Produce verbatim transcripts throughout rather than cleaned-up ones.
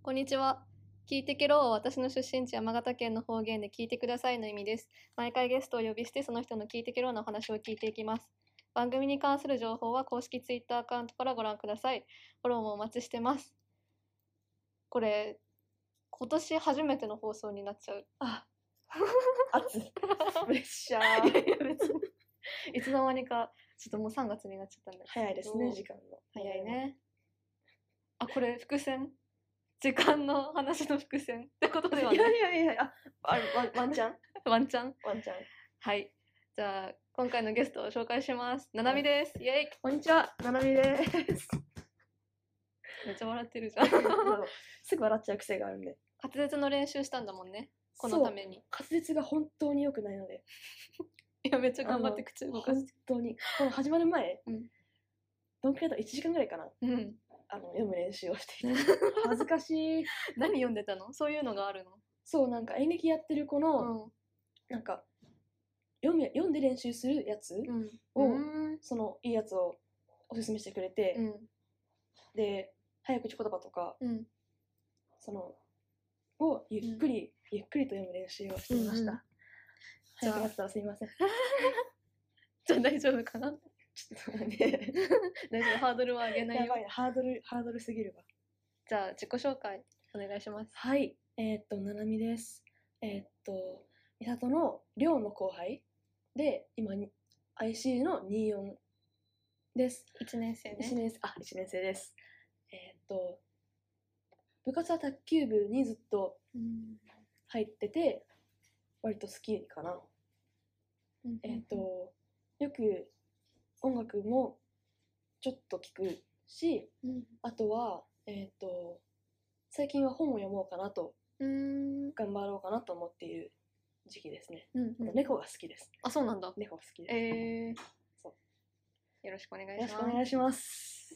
こんにちは。聞いてけろは私の出身地山形県の方言で聞いてくださいの意味です。毎回ゲストを呼び捨てその人の聞いてけろのお話を聞いていきます。番組に関する情報は公式ツイッターアカウントからご覧ください。フォローもお待ちしてます。これ、今年初めての放送になっちゃう。 あ、圧、プレッシャいやー。 いや別に。いつの間にか、ちょっともうさんがつになっちゃったんだけど。 早いですね、時間の。 早い。ね。あ、これ伏線時間の話の伏線ってことではいやね。 いやいや、あ、あワンワンチャンワンチャンワンチャン。 はい。じゃあ、今回のゲストを紹介します。ななみです。イェイ。 こんにちは、ななみです。 めっちゃ笑ってるじゃん。 すぐ笑っちゃう癖があるんで。 滑舌の練習したんだもんね。このために。 滑舌が本当に良くないので。 いや、めっちゃ頑張って口動か本して。 当に。この始まる前、 うんどんくらいだいちじかんぐらいかな。 うん。 あの読む練習をしていて。恥ずかしい。 何読んでたの？そういうのがあるの？ そう、なんか演劇やってる子の、 うん。 なんか読め読んで練習するやつうん。 を、 うん。 そのいいやつをおすすめしてくれて、 うん。 で早口言葉とかうん。 そのをゆっくり、ゆっくりと読む練習をしていました。 うんうん早くなったらすみません。 じゃあ大丈夫かな？ ちょっとね、 大丈夫。ハードルは上げないよやば。いな、ハードルハードルすぎるわ。 じゃあ、自己紹介お願いします。 はい、えー、っとななみです。えー、っと美里の寮の後輩で今に アイシー のにじゅうよんです。 いちねん生一ね。 年生あ一年生です。えー、っと部活は卓球部にずっとうん。 入ってて割と好きかな。 うんえっ、とよく音楽もちょっと聞くし、 うん。 あとはえっ、と最近は本を読もうかなとうん。 頑張ろうかなと思っている時期ですね。 うんうん。 猫が好きです。 あ、そうなんだ。 猫が好きです。 えー。 そうよろしくお願いしよろます。 しくお願いします。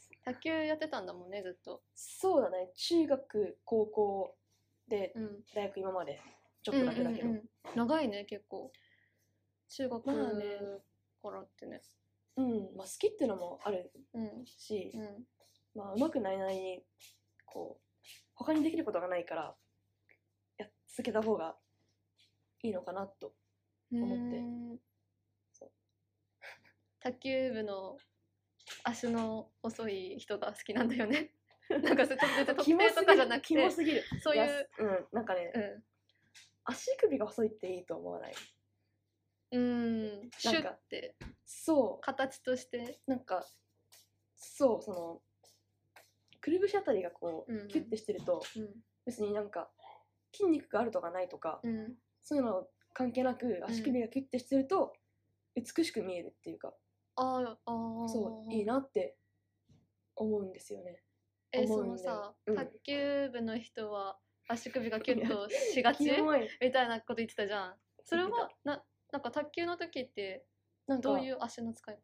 卓球やってたんだもんね、ずっと。 そうだね。中学高校で、 うん。 大学今までちょっとだけだけど、 うんうんうん、長いね、結構。中学まあねからってね。 うん、まあ好きっていうのもあるうん。 し、 うん。 まあ上手くなりなりにこう他にできることがないからやっ続けた方がいいのかなと思ってうーんそう卓球部の足の細い人が好きなんだよね。なんかそれ別に特定とかじゃなくて、 キモすぎるそういう、 やうんなんかね、 う足首が細いっていいと思わない？ ん、うん、シュッてそう形として、 なんかそうそのくるぶしあたりがこう、 うんうんキュッてしてるとうん別になんか筋肉があるとかないとか、 うん、 そういうの関係なく足首がキュッてしてると美しく見えるっていうか、 あーあー、 そういいなって思うんですよね。 え、そ思うんだよのさ、 うん卓球部の人は足首がキュッとしがちキモいみたいなこと言ってたじゃん。それ言はな、なんか卓球の時ってなんかどういう足の使い方？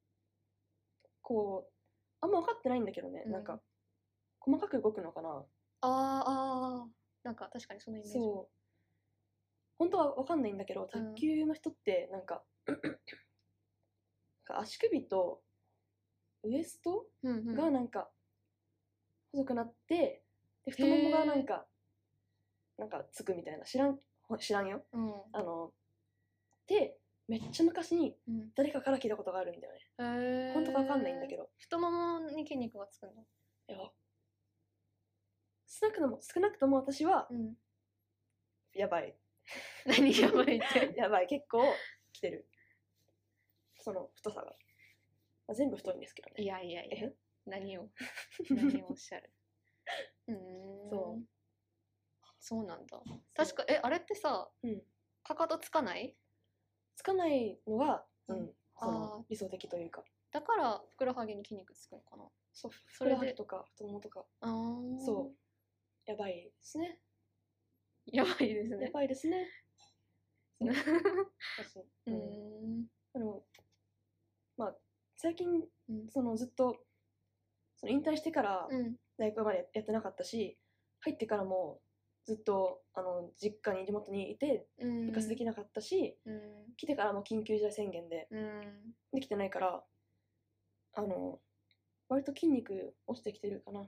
こうあんま分かってないんだけどね、 うんなんか細かく動くのかな。 あーあー、なんか確かにそのイメージ。 そう本当は分かんないんだけど、卓球の人ってなんか、なんか足首とウエストうんうん、 がなんか細くなってで太ももがなんかなんかつくみたいな、知らん知らんよ。 うんあのでめっちゃ昔にうん、 誰かから聞いたことがあるんだよね。 へー本当か分かんないんだけど、 太ももに筋肉がつくの？ いや少なくとも少なくとも私はうん、 やばい何やばいってやばい結構来てる、その太さが、まあ、全部太いんですけどね。 いやいやいや、 え何を何をおっしゃる。うーん、 そうそうなんだ。確かえあれってさ、 うんかかとつかない？ つかないのが、うんうんそあの理想的というか、 だからふくらはぎに筋肉つくのかな。 そうふそれでくらはぎとか太ももとかあーそうやばいですね。 やばいですやね。 ばいですね。 う私ーうんんあのまあ最近うんそのずっとその引退してからうん大学までやってなかったし、入ってからもずっとあの実家に地元にいてうん部活できなかったし、 うん来てからも緊急事態宣言でうんできてないから、あの割と筋肉落ちてきてるかな。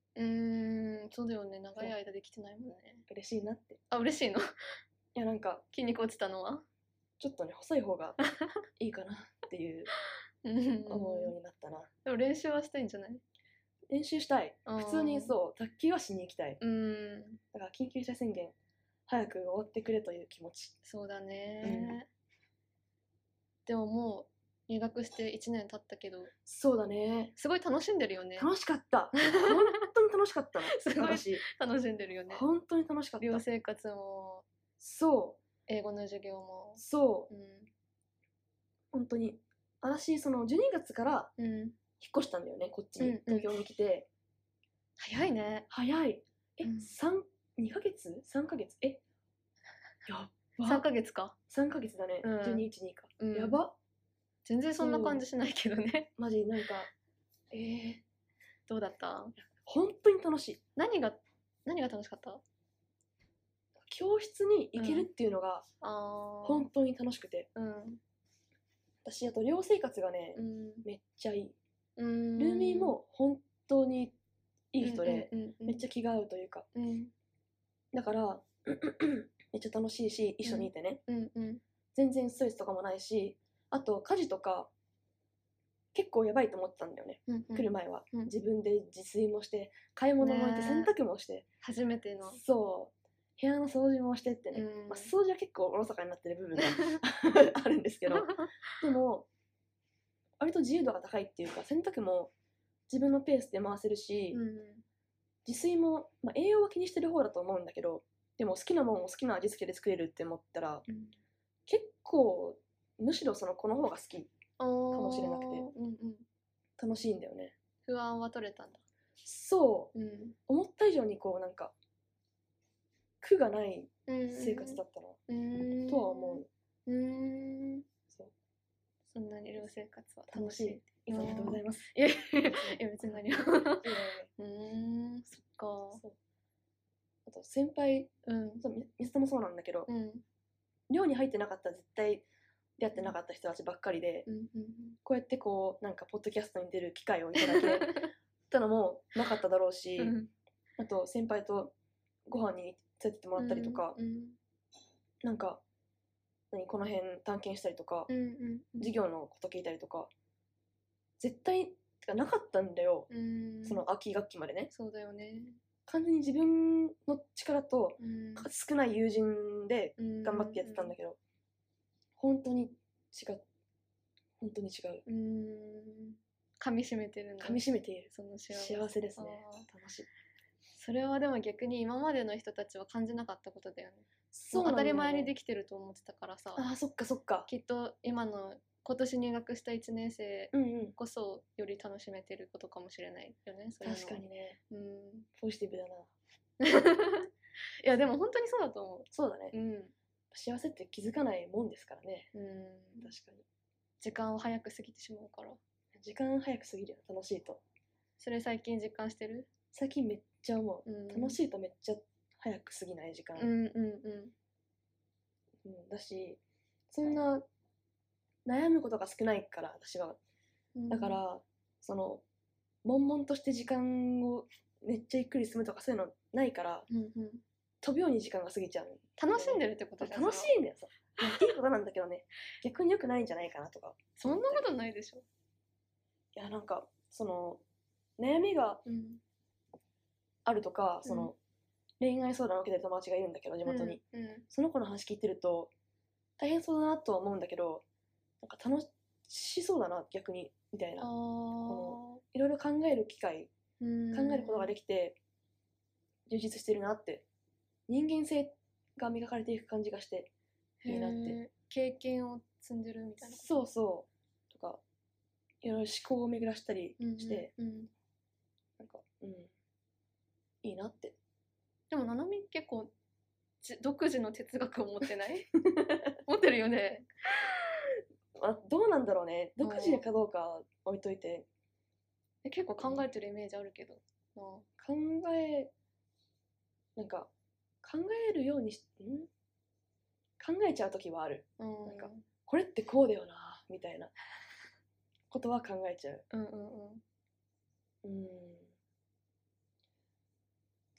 うーん、そうだよね。長い間できてないもんね。 嬉しいなって。 あ、嬉しいの？ いやなんか筋肉落ちたのは？ ちょっとね細い方がいいかなっていううん思うようになったな。 でも練習はしたいんじゃない？ 練習したい。 あー普通にそう卓球はしに行きたい。 うーん、 だから緊急事態宣言早く終わってくれという気持ち。 そうだね。でももう入学していちねん経ったけど、 そうだね。 すごい楽しんでるよね。 楽しかった。本当に楽しかったの。 すごい私楽しんでるよね。 本当に楽しかった。 寮生活もそう英語の授業も。 そう、 うん本当に私そのじゅうにがつからうん、 引っ越したんだよね、こっちに、 うんうん東京に来て。 早いね。 早い。え、 うん三にかげつ ?さん ヶ月えやば。 さんかげつか。 さんかげつだね。 うんじゅうに、いち、にか。 うんやば。 全然そんな感じしないけどね。 マジなんか、えー、 どうだった？ 本当に楽しい。 何が何が楽しかった？ 教室に行けるっていうのがあー本当に楽しくて。 うん私、あと寮生活がね、 うんめっちゃいい。 うんルーミーも本当にいい人で、 うんうんうんうんめっちゃ気が合うというか。 うんだからめっちゃ楽しいし、一緒にいてね、 うんうん全然ストレスとかもないし、あと家事とか結構やばいと思ってたんだよね、 うんうん来る前は、 うん自分で自炊もして買い物も行ってね洗濯もして、 初めての。 そう部屋の掃除もしてってね、 うんまあ、掃除は結構おろそかになってる部分があるんですけど、でも割と自由度が高いっていうか、洗濯も自分のペースで回せるし、 うん自炊も、まあ、栄養は気にしてる方だと思うんだけど、でも好きなもんを好きな味付けで作れるって思ったら、 うん結構むしろその子の方が好き、 かもしれなくてうんうん、 楽しいんだよね。 不安は取れたんだ。 そううん思った以上にこうなんか苦がないうん生活だったな、 うんとは思う。 うんそうそんなに寮生活は楽しい。いつもありがとうございます。 いやいやいや別に何も。 いやいやいやうーんそっか。 そうあと先輩、 うんそうみみさともそうなんだけど、 うん寮に入ってなかったら絶対出会ってなかった人たちばっかりで、 うんうんこうやってこうなんかポッドキャストに出る機会をいただけたのもなかっただろうし、 うんあと先輩とご飯に連れてってもらったりとか、 うんなんか何この辺探検したりとか、 うんうん授業のこと聞いたりとか絶対てかなかったんだよ、 うんその秋学期までね。 そうだよね。 完全に自分の力とうん少ない友人で頑張ってやってたんだけど、本当に違う本当に違う。 うん噛み締めてるんだ。 噛み締めている。 その幸せ。 幸せですね。 あー楽しい。 それはでも逆に今までの人たちは感じなかったことだよね。 そうなんだよね当たり前にできてると思ってたからさ。 あーそっかそっか。 きっと今の今年入学したいちねん生うんうん。 こそより楽しめてることかもしれないよね。そういうのは確かにね。 うん。 ポジティブだな。 いやでも本当にそうだと思そうだね。 う。うん。 幸せって気づかないもんですからね。 うん。 確かに。 時間を早く過ぎてしまうから。 時間早く過ぎるよ。楽しいと。 それ最近実感してる？ 最近めっちゃ思う。 うん。 楽しいとめっちゃ早く過ぎない時間。 うんうんうん。 うんだし、そんな悩むことが少ないから私は。 うんだから、その悶々として時間をめっちゃゆっくり進むとかそういうのないから、 うんうん。 飛ぶように時間が過ぎちゃう。 楽しんでるってことじゃん。 楽しいんだよさ。いやいいことなんだけどね、逆に良くないんじゃないかなとか。 そんなことないでしょ。 いやなんかその悩みがうん。 あるとか、その恋愛相談を受けてる友達がいるんだけど地元に、 うんうんその子の話聞いてると大変そうだなとは思うんだけど、なんか楽しそうだな逆にみたいな、 あこいろいろ考える機会、 ー考えることができきて充実してるなって、人間性が磨かれていく感じがしていいなって。 経験を積んでるみたいな。 そうそうとかいろいろ思考を巡らしたりうんうんして、 うんなんかうんいいなって。 でもななみ結構じ独自の哲学を持ってない持ってるよね。 あどうなんだろうね、独自かどうか置いといて、 え結構考えてるイメージあるけど。 考えなんか考えるようにしん考えちゃう時はある。 うんなんかこれってこうだよなみたいなことは考えちゃう。 うんうんうん。 うん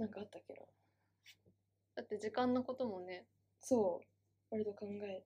なんかあったっけな。 だって時間のこともね。 そう割と考え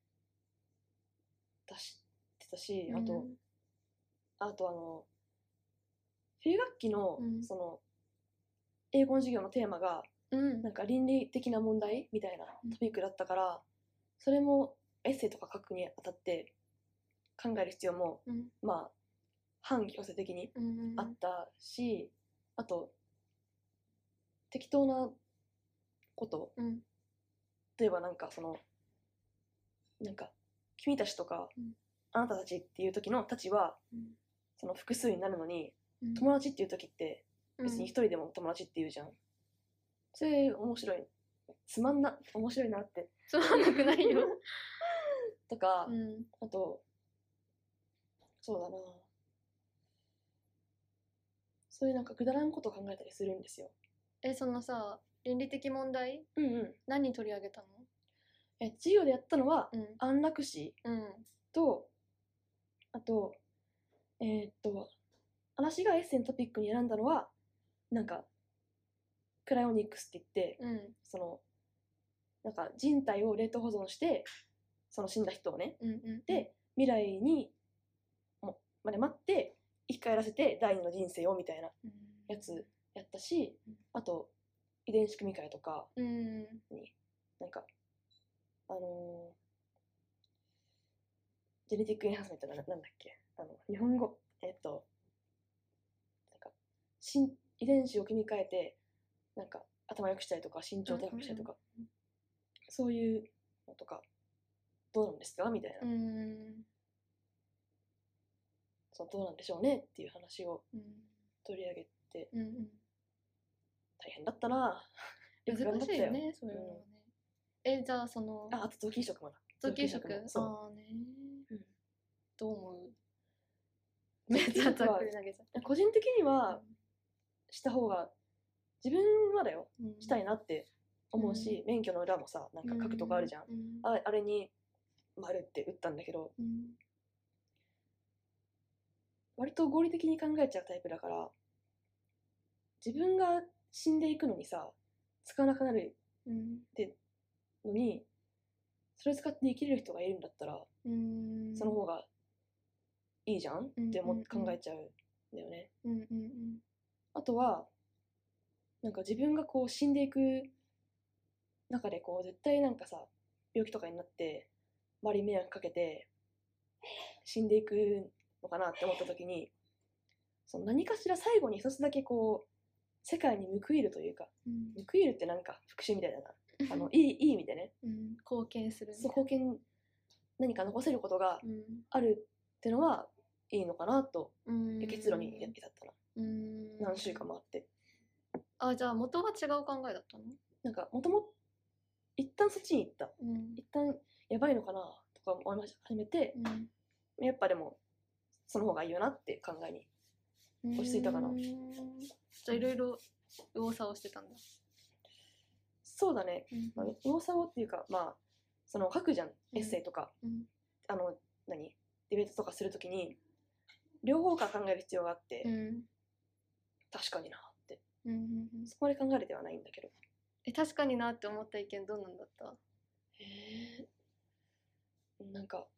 出してたし、あと、 うんあとあの冬学期の、 うんその英語の授業のテーマがうんなんか倫理的な問題みたいなトピックだったから、それもエッセイとか書くにあたって考える必要も、 うんまあ半強制的にうんあったし、あと適当なことうん例えばなんかそのなんか君たちとか、 うんあなたたちっていう時のたちはうんその複数になるのに、 うん友達っていう時って別に一人でも友達って言うじゃん。それ面白い。つまんな面白いなってつまんなくないよ。 とか、 うんあとそうだな、そういうなんかくだらんことを考えたりするんですよ。 え、そのさ、倫理的問題うんうん。 何取り上げたの？ え授業でやったのは、 うん安楽死うんと、あとえーっと私がエッセイのトピックに選んだのはなんかクライオニクスって言って、 うんそのなんか人体を冷凍保存してその死んだ人をね、 うんうんで未来にもまで待って生き返らせて第二の人生をみたいなやつやったし、あと遺伝子組み換えとかうんになんかあのー、ジェネティックエンハンスメントななんだっけ、あの日本語えっとなんか新遺伝子を組み換えてなんか頭良くしたりとか身長高くしたりとか、 うんそういうのとかどうなんですかみたいな、 うんそうどうなんでしょうねっていう話をうん取り上げて、 うんうん大変だったな。よく頑張難ったよ。 しいよね、そういうのはね。え、じゃあそのあ、あと臓器移植もだ。 臓器移植もそう。 ああね、 うんどう思う？めっちゃざっくり投げちゃっ個人的にた。 はした方が自分はだよ、 うんしたいなって思うし、免許の裏もさなんか書くとかあるじゃん、 うんあ, あれに丸って打ったんだけど、 うん割と合理的に考えちゃうタイプだから、自分が死んでいくのにさ使わなくなるうんってのにそれ使って生きれる人がいるんだったら、 うんその方がいいじゃんって思ってうんうんうん考えちゃうんだよね。 うんうんあとはなんか自分がこう死んでいく中でこう絶対なんかさ病気とかになって周りに迷惑かけて死んでいくのかなって思った時に、その何かしら最後に一つだけこう世界に報いるというか、 うん報いるってなんか復讐みたいだな、あのいいいい意味でね、 うん貢献するみたいな。 そう貢献何か残せることがうんあるってのはいいのかなとうんいう結論に至ったな。 うん何週間もあって、 あ、じゃあ元は違う考えだったの？ なんかもとも一旦そっちに行った、 うん一旦やばいのかなとか思い始めて、 うんやっぱでもその方がいいよなって考えに落ち着いたかな。 うーんじゃあいろいろ右往左往してたんだ。 そうだね、 うんまあ、右往左往っていうか、まあその書くじゃんエッセイとか、 うんあの何ディベートとかするときに両方から考える必要があって、 うん確かになってうんうんうんそこまで考えれてはないんだけど、 え、確かになって思った意見どんなんだった？ へえ、なんか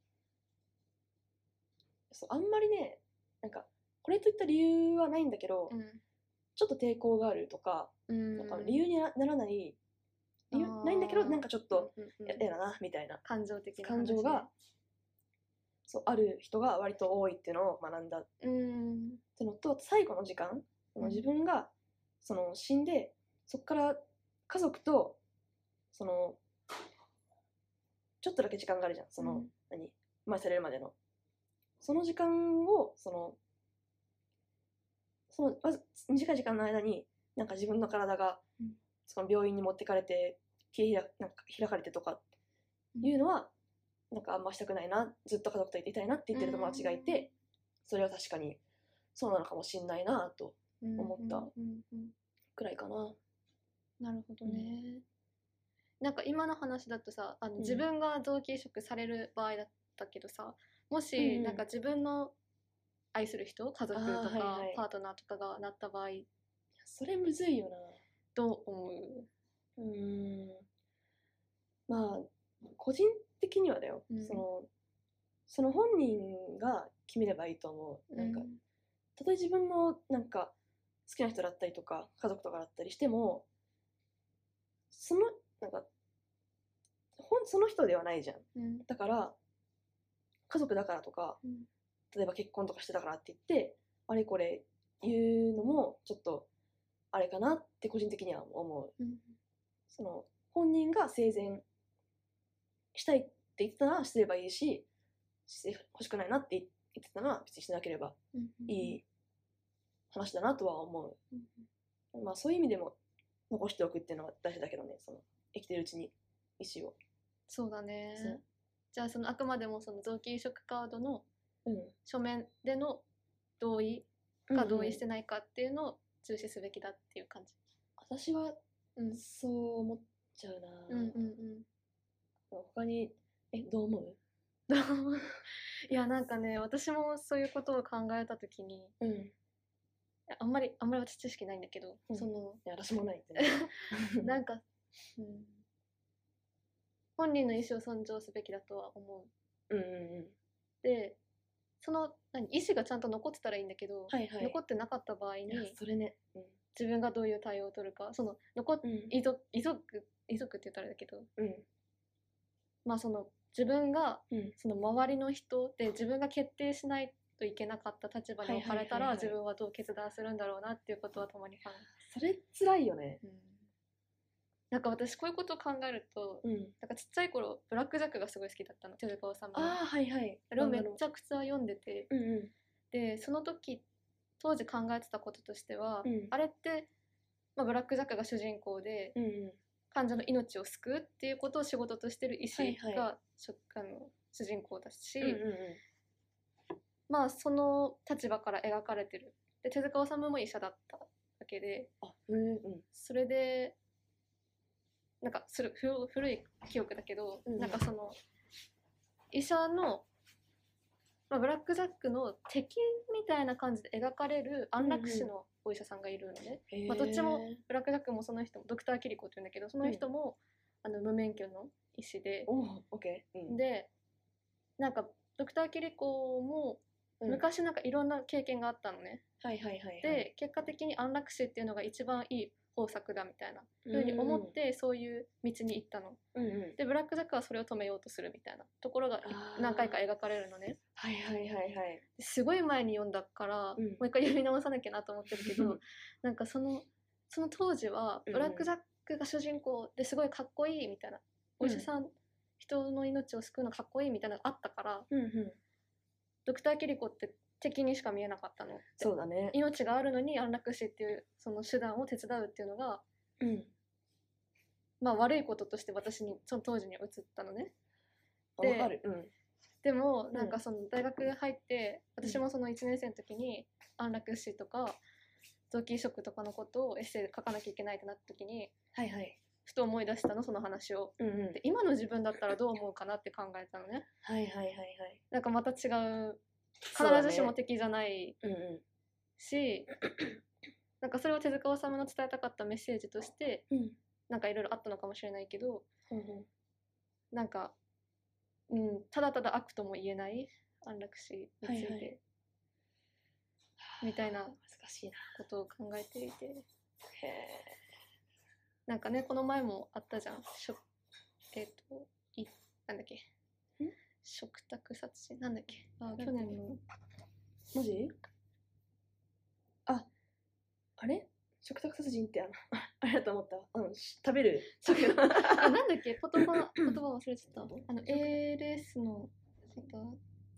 そうあんまりね、なんかこれといった理由はないんだけど、 うんちょっと抵抗があるとか、 うんなんか理由になならない理由ないんだけど、なんかちょっとうんうんややだなみたいな感情的な話感情がそうある人が割と多いっていうのを学んだっうんてのと、最後の時間、その自分がその死んでそこから家族とそのちょっとだけ時間があるじゃん、その、 うん何前されるまでのその時間をそのそのまず短い時間の間になんか自分の体がうんその病院に持ってかれて切り開なんか開かれてとかいうのはなんかあんましたくないな、ずっと家族といていたいなって言ってる友達がいて、それは確かにそうなのかもしんないなと思ったうんうんうんくらいかな。 なるほどね、なんか今の話だとさ、あのん自分が臓器移植される場合だったけどさ、もしうんうんなんか自分の愛する人、家族とかあーはいはいパートナーとかがなった場合、 それむずいよな。 どう思う？ うーんまあ個人的にはだよ、 うん、 そのその本人が決めればいいと思う。なんか、 うん、 たとえ自分のなんか好きな人だったりとか家族とかだったりしても、そのなんかほんその人ではないじゃん。 うん、 だから家族だからとか、 うん、 例えば結婚とかしてたからって言ってあれこれ言うのもちょっとあれかなって個人的には思う。 うん、 その本人が生前したいって言ってたらすればいいし、して欲しくないなって言ってたら別にしなければうん、 いい話だなとは思う。 うん、 まあそういう意味でも残しておくっていうのは大事だけどね、その生きてるうちに意思を。 そうだね。 そうじゃあそのあくまでもその臓器移植カードのうん書面での同意か同意してないかっていうのを重視すべきだっていう感じ。 私はうん、 そう思っちゃうな、 うん、うん、うん。 他にえどう思う？ いやなんかね、私もそういうことを考えたときに、 うんいあんまりあんまり私知識ないんだけど、 うんそのや私もないってねなんか、うん、本人の意思を尊重すべきだとは思う。 うんうんうんで、その何意思がちゃんと残ってたらいいんだけど、 はいはい残ってなかった場合いやにそれねうん自分がどういう対応を取るか、その残っうん遺族遺族遺族って言ったらあれだけど、 うんまあその自分がうんその周りの人で自分が決定しないといけなかった立場に置かれたらはいはいはいはい自分はどう決断するんだろうなっていうことはたまに考それ辛いよねえる。うん、なんか私こういうことを考えると、 うんなんかちっちゃい頃ブラック・ジャックがすごい好きだったの、手塚治虫の。 ああはいはいあれをめ漫画のちゃくちゃ読んでて、 うんうんでその時当時考えてたこととしては、 うんあれって、まあ、ブラック・ジャックが主人公で、 うんうん患者の命を救うっていうことを仕事としてる医師はいが、 はしょあの主人公だし、 うんうんうんまあその立場から描かれてる。で手塚治虫も医者だったわけで、 あうんうんそれでなんかする古古い記憶だけど、 うんなんかその医者の、まあ、ブラック・ジャックの敵みたいな感じで描かれる安楽死のお医者さんがいるのね。 へーまあ、どっちもブラック・ジャックもその人もドクター・キリコって言うんだけど、その人も、あの無免許の医師で、 おおオッケーうんでなんかドクター・キリコもうん昔なんかいろんな経験があったのね。 はいはいはいはいで結果的に安楽死っていうのが一番いい方策だみたいなふうに思ってそういう道に行ったの。 うんうんでブラック・ジャックはそれを止めようとするみたいなところがあー何回か描かれるのね。 はいはいはいはいすごい前に読んだから、 うんもう一回読み直さなきゃなと思ってるけどなんかそのその当時はうんブラック・ジャックが主人公ですごいかっこいいみたいな、お医者さん人の命を救うのかっこいいみたいなのがあったから、 うんうんドクター・キリコって敵にしか見えなかったの。 そうだね命があるのに安楽死っていうその手段を手伝うっていうのが、 うんまあ、悪いこととして私にその当時には移ったのね。 わでかるうんでもんなんかその大学入って私もそのいちねん生の時に安楽死とか臓器移植とかのことをエッセイで書かなきゃいけないってなった時にはいはいふと思い出したの、その話を。 うんうんで今の自分だったらどう思うかなって考えたのね。 はいはいはいはいなんかまた違う、 そうだね必ずしも敵じゃないうんうんし、なんかそれを手塚治虫の伝えたかったメッセージとしてうんなんかいろいろあったのかもしれないけど、 うんうんなんか、うん、ただただ悪とも言えない安楽死について、 はいはいみたいな難しいなことを考えていて、 へえなんかねこの前もあったじゃん、しょえっ、といなんだっけん食卓殺人なんだっけ、あ去年のマジああれ食卓殺人ってあのあれだと思ったわうんし食べる食あなんだっけ言葉言葉忘れちゃった、あの エーエルエス の方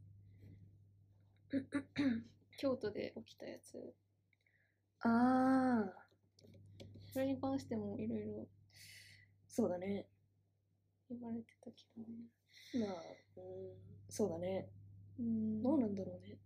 京都で起きたやつ、 ああそれに関してもいろいろそうだね言われてたけどね。 まあうんそうだねうんどうなんだろうね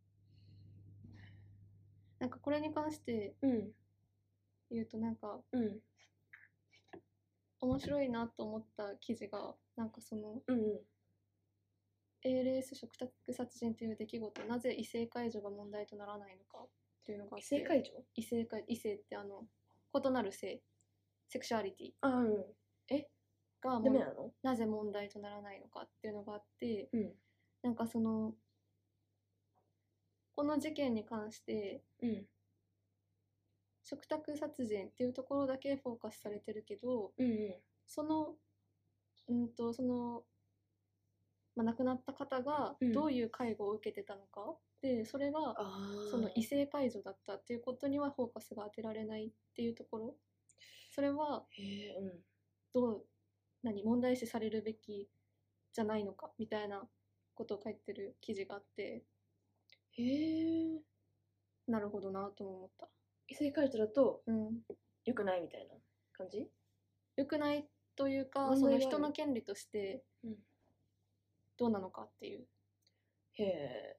なんかこれに関してうん言うとなんかうん面白いなと思った記事がなんかそのうんうんエーエルエス 食卓殺人という出来事、なぜ異性介助が問題とならないのかっていうのがあって、 異性介助異性介異性ってあの異なる性セクシュアリティあうんがもダメなの？ なぜ問題とならないのかっていうのがあって、 うんなんかそのこの事件に関してうん嘱託殺人っていうところだけフォーカスされてるけど、 うんうんそのうんとその、まあ、亡くなった方がうんどういう介護を受けてたのか、でそれがあその異ー性介助だったっていうことにはフォーカスが当てられないっていうところ、それはへえうんどう何問題視されるべきじゃないのかみたいなことを書いてる記事があって、 へえなるほどなとも思った。 異性介助だとうん、 良くないみたいな感じ？ 良くないというか、 問題があるその人の権利としてうんどうなのかっていうへえ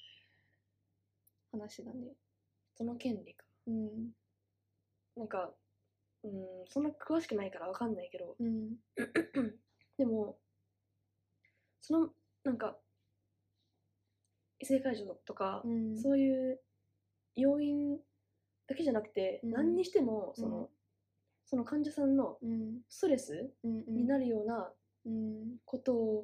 話だね。 その権利かうんなんかうんそんな詳しくないからわかんないけどうんでもそのなんか異性介助とか、 うんそういう要因だけじゃなくて、 うん何にしてもその、 うんその患者さんのうんストレスうんうんになるようなうんこと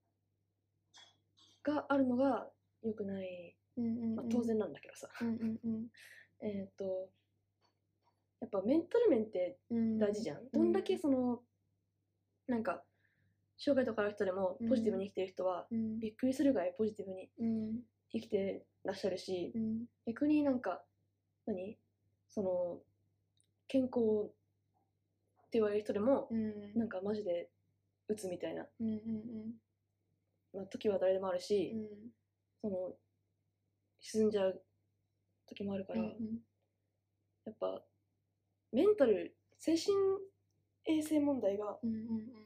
があるのが良くない、 うんうんまあ、当然なんだけどさ、 うんうんうんえっとやっぱメンタル面ってうん大事じゃん、どんだけそのなんか障害とかある人でもポジティブに生きてる人はうんびっくりするぐらいポジティブにうん生きてらっしゃるし、 うん逆になんか何その健康って言われる人でも、 うんなんかマジで打つみたいな、 うんうんまあ、時は誰でもあるし、 うんその沈んじゃう時もあるから、 うんやっぱメンタル精神衛生問題がうんうん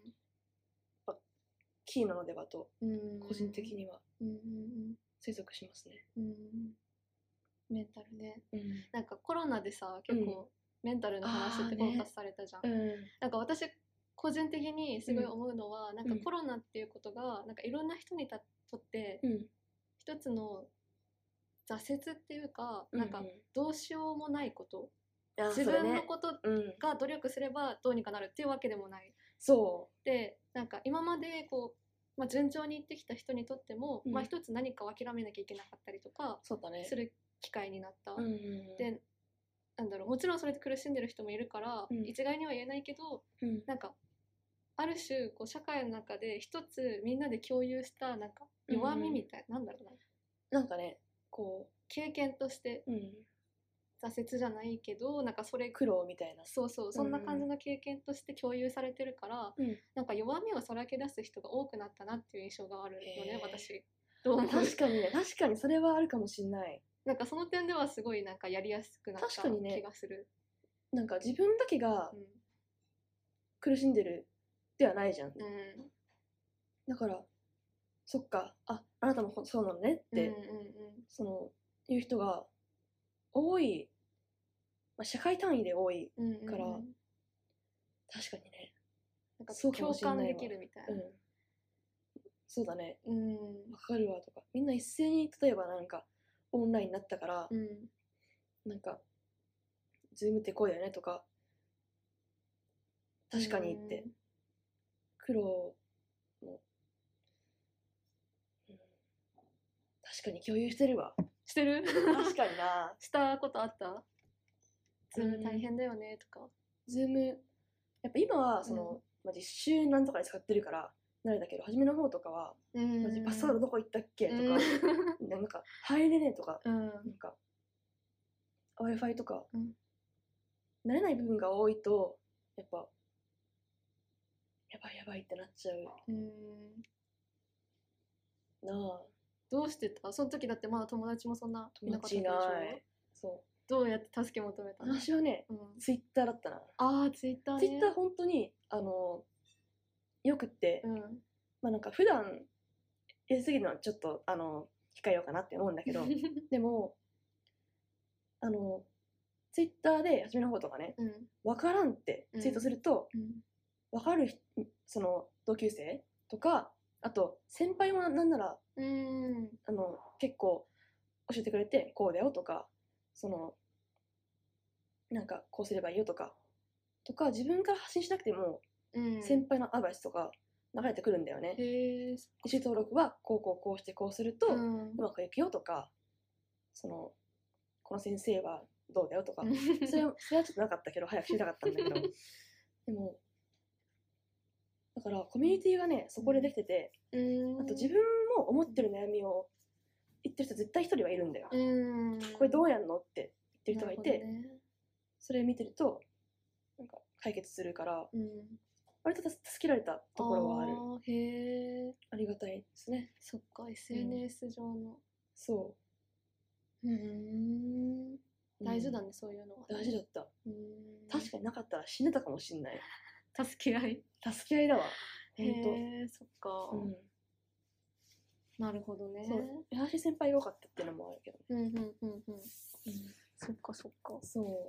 キーなのではとうん個人的にはうんうん推測しますね。 うんうんメンタルね。 うんなんかコロナでさ結構メンタルの話ってあーねフォーカスされたじゃん。 うんなんか私個人的にすごい思うのは、なんかコロナっていうことがなんかいろんな人にとってうん一つの挫折っていうか、 うんなんかどうしようもないこと、 あ自それね分のことうんが努力すればどうにかなるっていうわけでもない。 そでなんか今までこう、まあ、順調にいってきた人にとっても、 うんまあ、一つ何かを諦めなきゃいけなかったりとかうそうだねする機会になった。 うんうんでなんだろう、もちろんそれで苦しんでる人もいるから、 うん一概には言えないけど、 うんなんかある種こう社会の中で一つみんなで共有したなんか弱みみたいな、なんだろうな、 なんかねこ経験としてう、うん、 挫折じゃないけどなんかそれ苦労みたいなそうそうそんな感じの経験として共有されてるから、 うんなんか弱みをさらけ出す人が多くなったなっていう印象があるのね、 へー私。どう思う？ 確かにね確かにそれはあるかもしんない。 なんかその点ではすごいなんかやりやすくなった確かにね気がする。 なんか自分だけがうん苦しんでるではないじゃん、 うんだからそっかああなたもそうなのねって、 うんうんそのいう人が多い、まあ、社会単位で多いうんうんうんからうん確かにねなんかそうかも共しれないわ感できるみたいな。 うんそうだねうんわかるわとかみんな一斉に例えばなんかオンラインになったから、 うんなんかズームってこうだよねとか確かにって、苦労も、うん、確かに共有してるわしてる？ 確かになしたことあった？ズーム大変だよねとか。 ズームやっぱ今はその、 うんまあ、実習なんとかで使ってるから慣れだけど初めの方とかは、 うんマジパスワードどこ行ったっけとか、 うんなんか入れねえとか、 うんなんか Wi-Fi とか、 うん慣れない部分が多いとやっぱやばいやばいってなっちゃううんなあ。 どうしてた？その時だってまだ友達もそんないなかったでしょ？ 友達いないそどうやって助け求めたうの？ 私はねうん、 ツイッターだったな。 ああツイッターね。 ツイッター本当にあのよくって、 うんまあなんか普段やりすぎるのはちょっとあの控えようかなって思うんだけどでもあのツイッターで初めの方とかねうん分からんってツイートすると、 うん分かる人その同級生とかあと先輩もなんならうんあの結構教えてくれてこうだよとかそのなんかこうすればいいよとかとか自分から発信しなくてもうん。 先輩のアドバイスとか流れてくるんだよね。 へえ。 意思登録はこうこうこうしてこうするとううん。 まくいくよとか、そのこの先生はどうだよとか、それはそれはちょっとなかったけど早く知りたかったんだけどでもだからコミュニティがねそこでできてて、 うん。 あと自分も思ってる悩みを言ってる人絶対一人はいるんだよ、 うん。 これどうやんのって言ってる人がいて、 なるほどね。 それ見てるとなんか解決するからうん。 割と助けられたところはある。 あーへえ。 ありがたいですね。 そっか、エスエヌエス 上の。 そうーん。 う大事だね、 ね、そういうのは。 大事だった。 うーん。 確かになかったら死んでたかもしんない。 助け合い。 助け合いだわ。 へほんと。 え、そっか。 うん。 なるほどね。 そう。優しい先輩が多かったっていうのもあるけど。 うんうんうんうん。 うん。 そっかそっか。 そ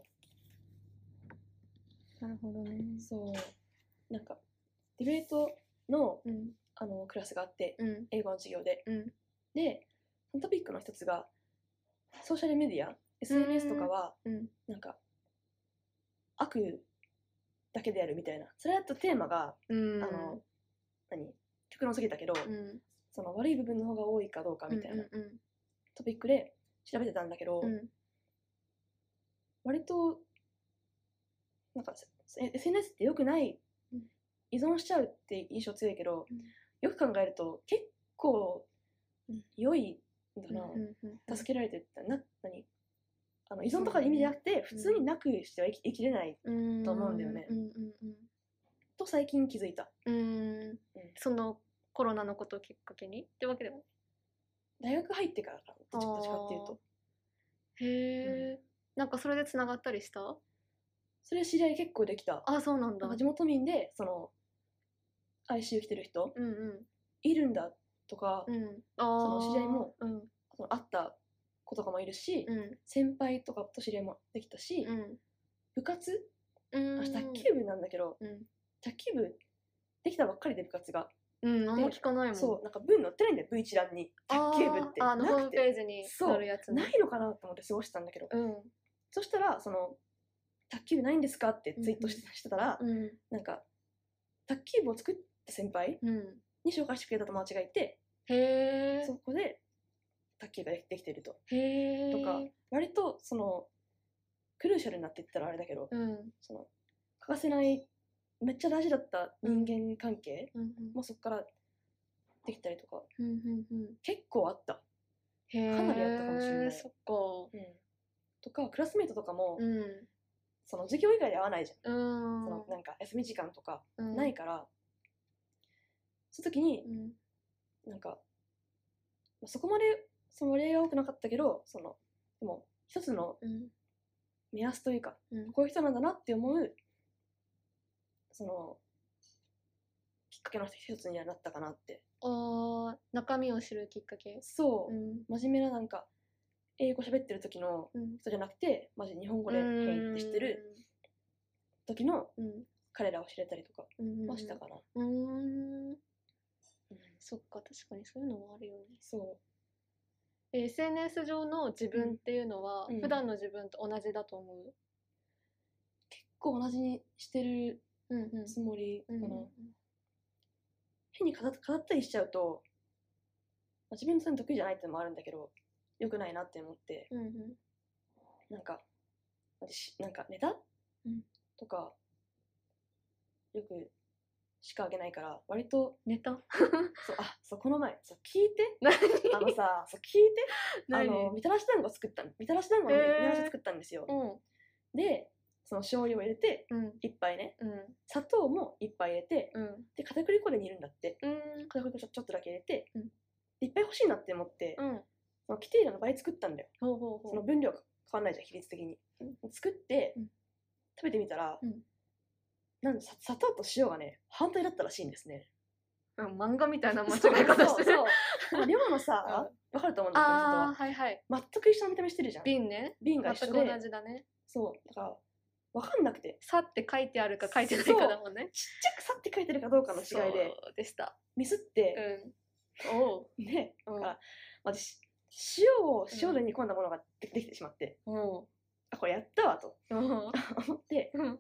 なるほどね。 う。そう。なんか、ディベートの、 うんあの、クラスがあって、 うん英語の授業で。 うんで、そのトピックの一つが、ソーシャルメディア、エスエヌエス とかは、 うんなんか、悪だけでやるみたいな。それだとテーマが、 うん。 あの、何極論すぎたけど、 うんその悪い部分の方が多いかどうかみたいなうんうんトピックで調べてたんだけど、 うんうん割と、なんか、エスエヌエス って良くないうん、 依存しちゃうって印象強いけど、 うんよく考えると結構うん良いんだな、 うんうんうん助けられてるってな、何あの依存とかの意味じゃなくて、普通になくしては生き生きれないと思うんだよねうんうんと最近気づいた。 うんうん。そのコロナのことをきっかけにってわけでも。 大学入ってからかな、どっちかっていうと。 へえ。なんかそれでつながったりした？ それ知り合い結構できた。 あ、そうなんだ。 なんか地元民で、その、アイシーユー 来てる人、 うんうんいるんだとか、 うん。あその知り合いもうんその会った子とかもいるし、 うん先輩とかと知り合いもできたし、 うん部活、 うん。 私卓球部なんだけど、 うん卓球部できたばっかりで部活が。 うん、あんま聞かないもん。 そう、なんか部に載ってないんだよ、ブイ一覧に。卓球部ってあーあのホームなくて。 ページに載るやつね。 ないのかなと思って過ごしてたんだけど、 うんそしたら、その、卓球部ないんですかってツイートしてしてたら、 うんなんか、卓球部を作った先輩うん。 に紹介してくれた友達がいて、 へえ。 そこで卓球ができていると。 へえ。 とか、割とそのクルーシャルになっていったらあれだけど、 うんその欠かせないめっちゃ大事だった人間関係うんもそこからできたりとかうんうんうん。 結構あった。 へえ。 かなりあったかもしれないそっか。 うん、とかクラスメートとかも、 うんその授業以外で会わないじゃん、 うん。 そのなんか休み時間とかうんないから、その時にうんなんかまあそこまでその割合が多くなかったけど、そのでも一つのうん目安というか、 うん。 こういう人なんだなって思うそのきっかけの一つにはなったかなって。 ああ、中身を知るきっかけ。 そう、 ん真面目ななんか英語喋ってる時のうん。 人じゃなくてマジ日本語で「へい」ってしてる時のうん彼らを知れたりとかうん。 はしたかな。 うーん。 うんそっか、確かにそういうのもあるよね。 そえ エスエヌエス 上の自分っていうのは、 うん普段の自分と同じだと思う？ う結構同じにしてるうんうんつもりかな、 うん変に飾っ飾ったりしちゃうと、まあ、自分それ得意じゃないってのもあるんだけど良くないなって思って、 うんうんなんか私なんかネタ、 うんとかよくしかあげないから割とネタそうあそうこの前そう聞いて何あのさそう聞いてあ何のみたらし団子作ったみたらし団子のみへーたらし作ったんですよ、 うんでその醤油を入れてうんいっぱいね、 うん砂糖もいっぱい入れて、 うんで片栗粉で煮るんだって。 うん片栗粉ちょちょっとだけ入れて、 うんでいっぱい欲しいなって思って、 うんその規定量の倍作ったんだよ。 ほうほうほそうの分量が変わんないじゃん比率的に、作って、 うん食べてみたら、 うんなんさ砂糖と塩がね反対だったらしいんですね。 うん漫画みたいな間違い方してる。 そうそうなんか量のさ、わかると思うんだけど、 ああはいはい。 全く一緒の見た目してるじゃん。 瓶ね。 瓶が全く一緒で、 同じだね。 そうだからわかんなくて、 さって書いてあるか書いてないかだもんね。 ちっちゃくさって書いてるかどうかの違いでそうでした。 ミスって、 うん。おう。 ね、 うんだから私塩を塩で煮込んだものがでできてしまって、 おう。 あこれやったわとうん思って、 うん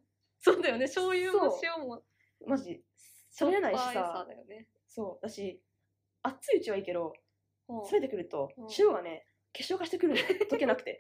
そうだよね、醤油も塩もマジ食べれないししょっぱいさ、 だよね。 そうだし熱いうちはいいけどほう冷めてくるとうん塩がね結晶化してくるのよ溶けなくて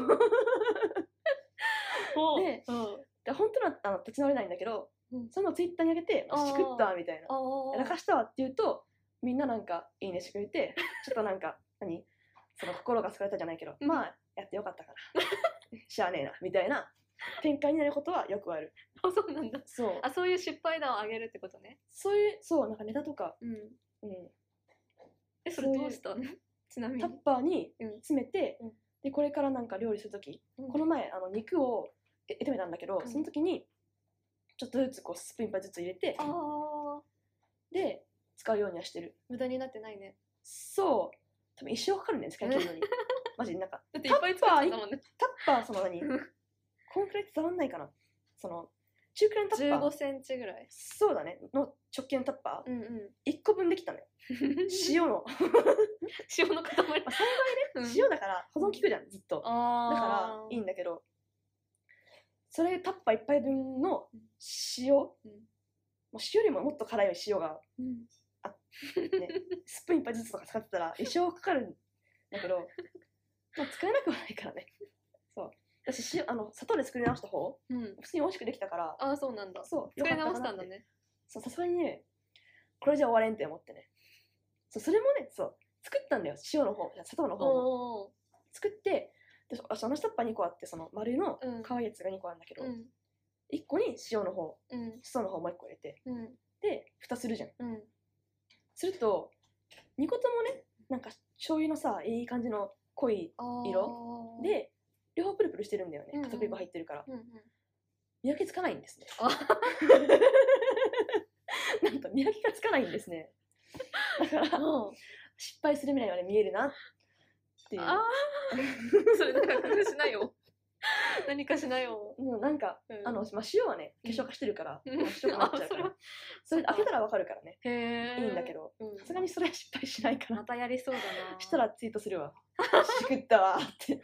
ほうでうんで本当はあの立ち直れないんだけど、 うんそのツイッターに上げてあーしくったみたいなあーやらかしたわって言うとみんななんかいいねしてくれてちょっとなんか何その心が救われたじゃないけど、 うんまあやってよかったからしゃあねえなみたいな展開になることはよくある。 あ、そうなんだ。 そうあ、そういう失敗談をあげるってことね。 そういうそうなんかネタとか、 うん。 うん、 え、それどうしたの？ちなみにタッ。パーにうん詰めて、 うんでこれからなんか料理するとき、 うんこの前あの肉をえ炒めたんだけど、 うんその時にちょっとずつこうスプーン一杯ずつ入れてああ、 で使うようにはしてる。 無駄になってないね。 そう多分一生かかるね使い切るのにマジなんかだっていっぱい作っちゃったもんね。 タッパーその何こんくらい伝わんないかな、その中くらいのタッ 15 パーセンチぐらい。 そうだねの直径のタッパーうんうん。 いっこぶんできたのよ塩の塩の塊。 まあ幸いね、 うん塩だから保存効くじゃんずっとだからああ。 いいんだけどそれタッパーいっぱいぶんの塩、もう塩よりももっと辛い塩が、 うん。 ね、スプーンいっぱいずつとか使ってたら一生かかるんだけど、まあ、使えなくはないからね。そう私塩あの砂糖で作り直した方うん。 普通に美味しくできたからああ、そうなんだ。 そう作り直よかったかなってしたんだね。 そうさすがにねこれじゃ終われんって思ってねそうそれもねそう作ったんだよ塩の方砂糖の方もおお。 作ってでそそのタッパーにこあってその丸のうん可愛いやつがにこあるんだけど、 うん。 いっこに塩の方うん。 砂糖の方もういっこ入れてうん。 で蓋するじゃん。 うん。 するとにこともねなんか醤油のさいい感じの濃いああ。 色で両方プルプルしてるんだよねうんうん片栗粉入ってるからうんうん。 見分けつかないんですねあなんと見分けがつかないんですねだからうん。 失敗する未来まで見えるなっていうああ。それなんか工夫しないよ。何かしないよ。 もうなんか、 うんあの、まあ、塩はね結晶化してるから、 うんまあ白くなっちゃうからあそれはそれ開けたらわかるからねへえ。 いいんだけどうんさすがにそれは失敗しないかなまたやりそうだな。 したらツイートするわしくったわって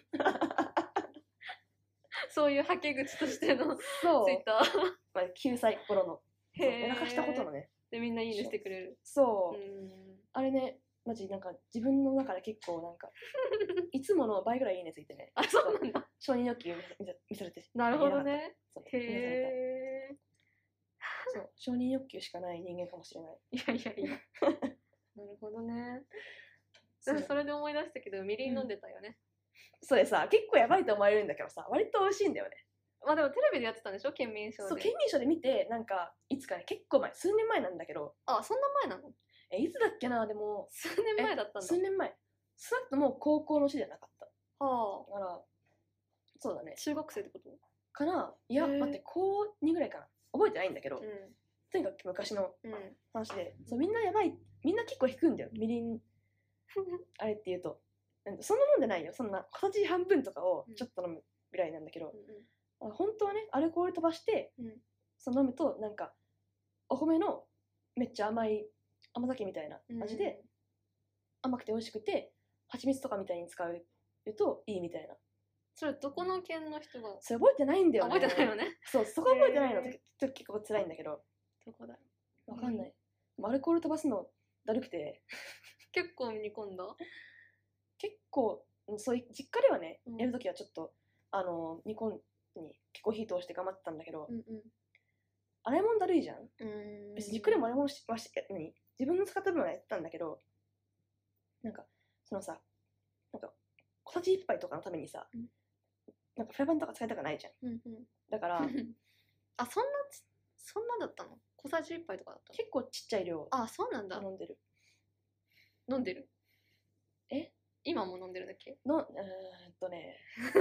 そういうはけ口としてのそうツイッター。 まあ、救済心のそうへえ。 やらかしたことのねでみんないいねしてくれる。 そうう、 ん。 あれねマジなんか自分の中で結構なんかいつもの倍ぐらいいいねついてねあ、そうなんだ。 承認欲求見さ見されてなるほどね。 そうへ見されえ。 たそう承認欲求しかない人間かもしれないいやいやいや。なるほどね。 そうそれで思い出したけど、みりん飲んでたよね。 それさ結構やばいと思われるんだけどさ割と美味しいんだよねまあでもテレビでやってたんでしょ、県民賞で。 そう県民賞で見てなんかいつかね結構前数年前なんだけどあ、そんな前なの？ えいつだっけなでも数年前だったんだ。 数年前少なくとも高校の年じゃなかったはだからそうだねあ。中学生ってこと？ かないやへー待って高にぐらいかな覚えてないんだけど、 うとにかく昔のん。うん。 話でそうみんなやばいみんな結構引くんだよみりんあれって言うとなんかそんなもんじゃないよそんな小さじ半分とかをちょっと飲むぐらいなんだけど、あ本当はねアルコール飛ばして、 うんその飲むとなんかお米のめっちゃ甘い甘酒みたいな味で、甘くて美味しくて蜂蜜とかみたいに使うといいみたいなそれどこの県の人が？ それ覚えてないんだよね覚えてないよね。 そうそこ覚えてないのへーちょっと結構辛いんだけどどこだろう。 わかんない、でもアルコール飛ばすのだるくて結構煮込んだ。 結構うんそういう実家ではね、 うんやるときはちょっとあの煮込んに結構火通して頑張ってたんだけど、 うんうん。 洗い物だるいじゃんうん。 別に実家でも洗い物しはし何自分の使った分はやってたんだけどなんかそのさなんか小さじいっぱいとかのためにさ、 うんなんかフライパンとか使いたくないじゃんうんうん。 だからあ、そんなちそんなだったの？小さじいっぱいとかだったの？ 結構ちっちゃい量あ、そうなんだ。 頼んでる飲んでる？ え今も飲んでるんだっけ？ のうーんとね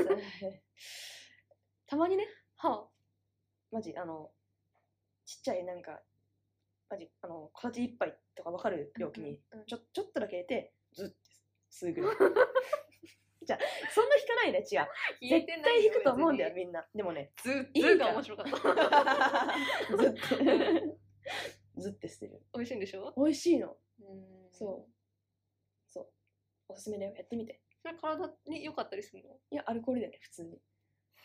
たまにねはマジあのちっちゃいなんかマジあの小さじいっぱいとか分かる容器にうんうんちょちょっとだけ入れてずって吸うぐらいじゃあそんな引かないね違うあ。 絶対引くと思うんだよみんなでもねずいいずからが面白かった。 ずってずって捨てる美味しいんでしょ？ 美味しいのうん。 そうそうおすすめだよやってみてそれ体に良かったりするの？ いやアルコールだよね普通に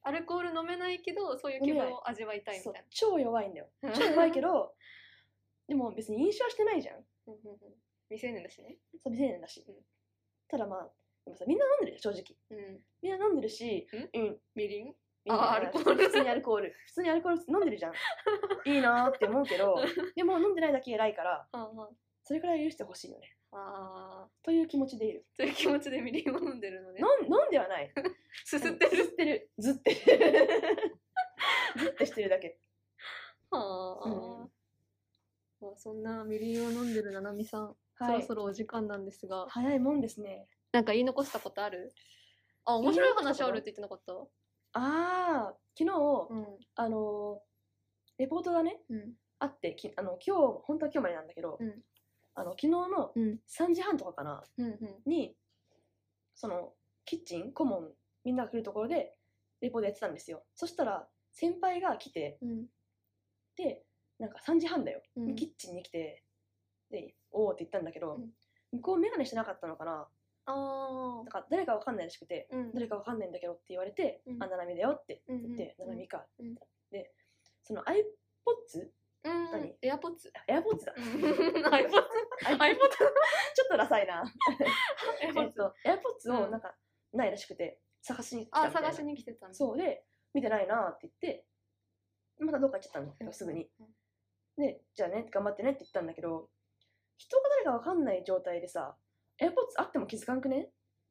アルコール飲めないけどそういう気分を味わいたいみたそういな。 超弱いんだよ。超弱いけどでも別に飲酒はしてないじゃん。 うんうんうん未成年だしね。 そう未成年だし、 うんただまあでもさみんな飲んでるじゃん正直。 うん。 みんな飲んでるし、 んうん、 みりん？ みんなあアルコール普通にアルコール普通にアルコール飲んでるじゃん。いいなーって思うけどでも飲んでないだけ偉いからああそれくらい許してほしいのねああという気持ちでいる。 という気持ちでみりんを飲んでるのね。 飲ん飲んではない。 すすってる。 ずってるずってるずってしてるだけ。 はあ、 うんまあ、そんなみりんを飲んでるななみさん、 はいそろそろお時間なんですが、 早いもんですね。 なんか言い残したことある？あ、面白い話あるって言ってなかった？ ああ昨日、 うんあのーレポートがねうんあってきあの今日本当は今日までなんだけど、 うんあの昨日のうんさんじはんとかかなうんうんにそのキッチン顧問みんなが来るところでレポートやってたんですよ。そしたら先輩が来てうんでなんかさんじはんだよ、 うんキッチンに来てでおおって言ったんだけど、 うん向こう眼鏡してなかったのかな。 あなんか誰かわかんないらしくて、 ーうん誰かわかんないんだけどって言われて、 うんあ、ななみだよってうん言って、 うんななみかってうんで、その iPods? うん何エアポッツエアポッツだ。 アイポッツアイアイポッツちょっとダサいな。 エアポッツえっと、エアポッツをなんかないらしくて、探しに来たみたいな。 あ探しに来てたんだ。 そうで、見てないなって言って、またどっか行っちゃったんだけど、すぐに。で、じゃあね、頑張ってねって言ったんだけど、人が誰かわかんない状態でさ、エアポッツあっても気づかんくね？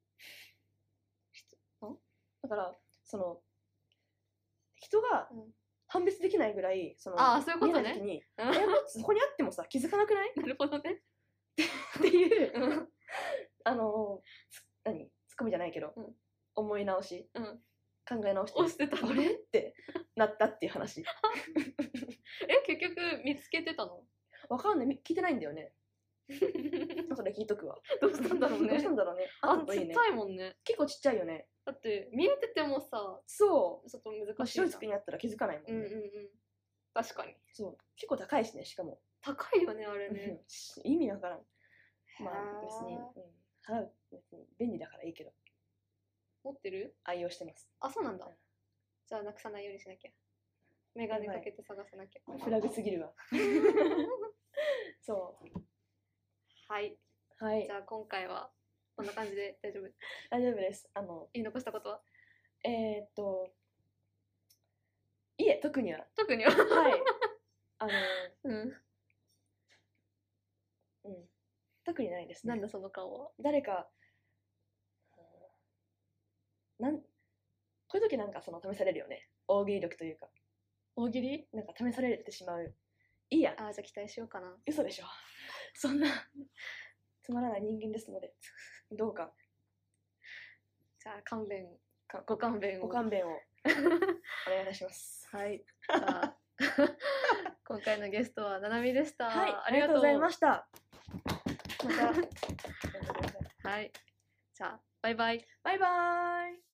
だから、その、人がうん判別できないぐらい、その、 あーそういうことね見えない時に、 うんエアポッツそこにあってもさ、気づかなくないなるほどね。 っていう、 うんあの、つ何ツッコミじゃないけど、 うん思い直し、 うん考え直して、 押してたのあれってなったっていう話。 え結局見つけてたの？ わかんない、み聞いてないんだよね。それ聞いとくわ。 どうしたんだろうねどうした。んだろうね。ああったといいねちっち。ゃいもんね。 結構ちっちゃいよね。 だって見えててもさそう。 ちょっと難しいまあ、 じゃん。 白い机にあったら気づかないもんね。 うんうんうん。確かに。 そう。結構高いしね、しかも。 高いよねあれね。 意味わからん。まあへー別に、うん、払う別に便利だからいいけど、 持ってる？ 愛用してます。 あそうなんだ。じゃあなくさないようにしなきゃ。メガネかけて探さなきゃ。 フラグすぎるわ。そはい。 う。はいじ。ゃあ今回はこんな感じで大丈夫？ 大丈夫です。あの、 言い残したことは？ えー、っと、いえ、特には。 特には。 はい。あの、 うん。 うん。特にないですね。 なんだその顔は。 誰か、なん、こういう時なんかその試されるよね。大喜利力というか。 大喜利？ なんか試されてしまう。いいや。 あじゃあ期待しようかな。 嘘でしょ。そんな、つまらない人間ですので、どうか、 じゃあ勘弁かご勘弁を。 ご勘弁をお願いいたします。 はい。じゃあ今回のゲストはななみでした。 はい、 あありがとうございましした。また、 た。はい。じゃあバイバイ。 バイバーイ。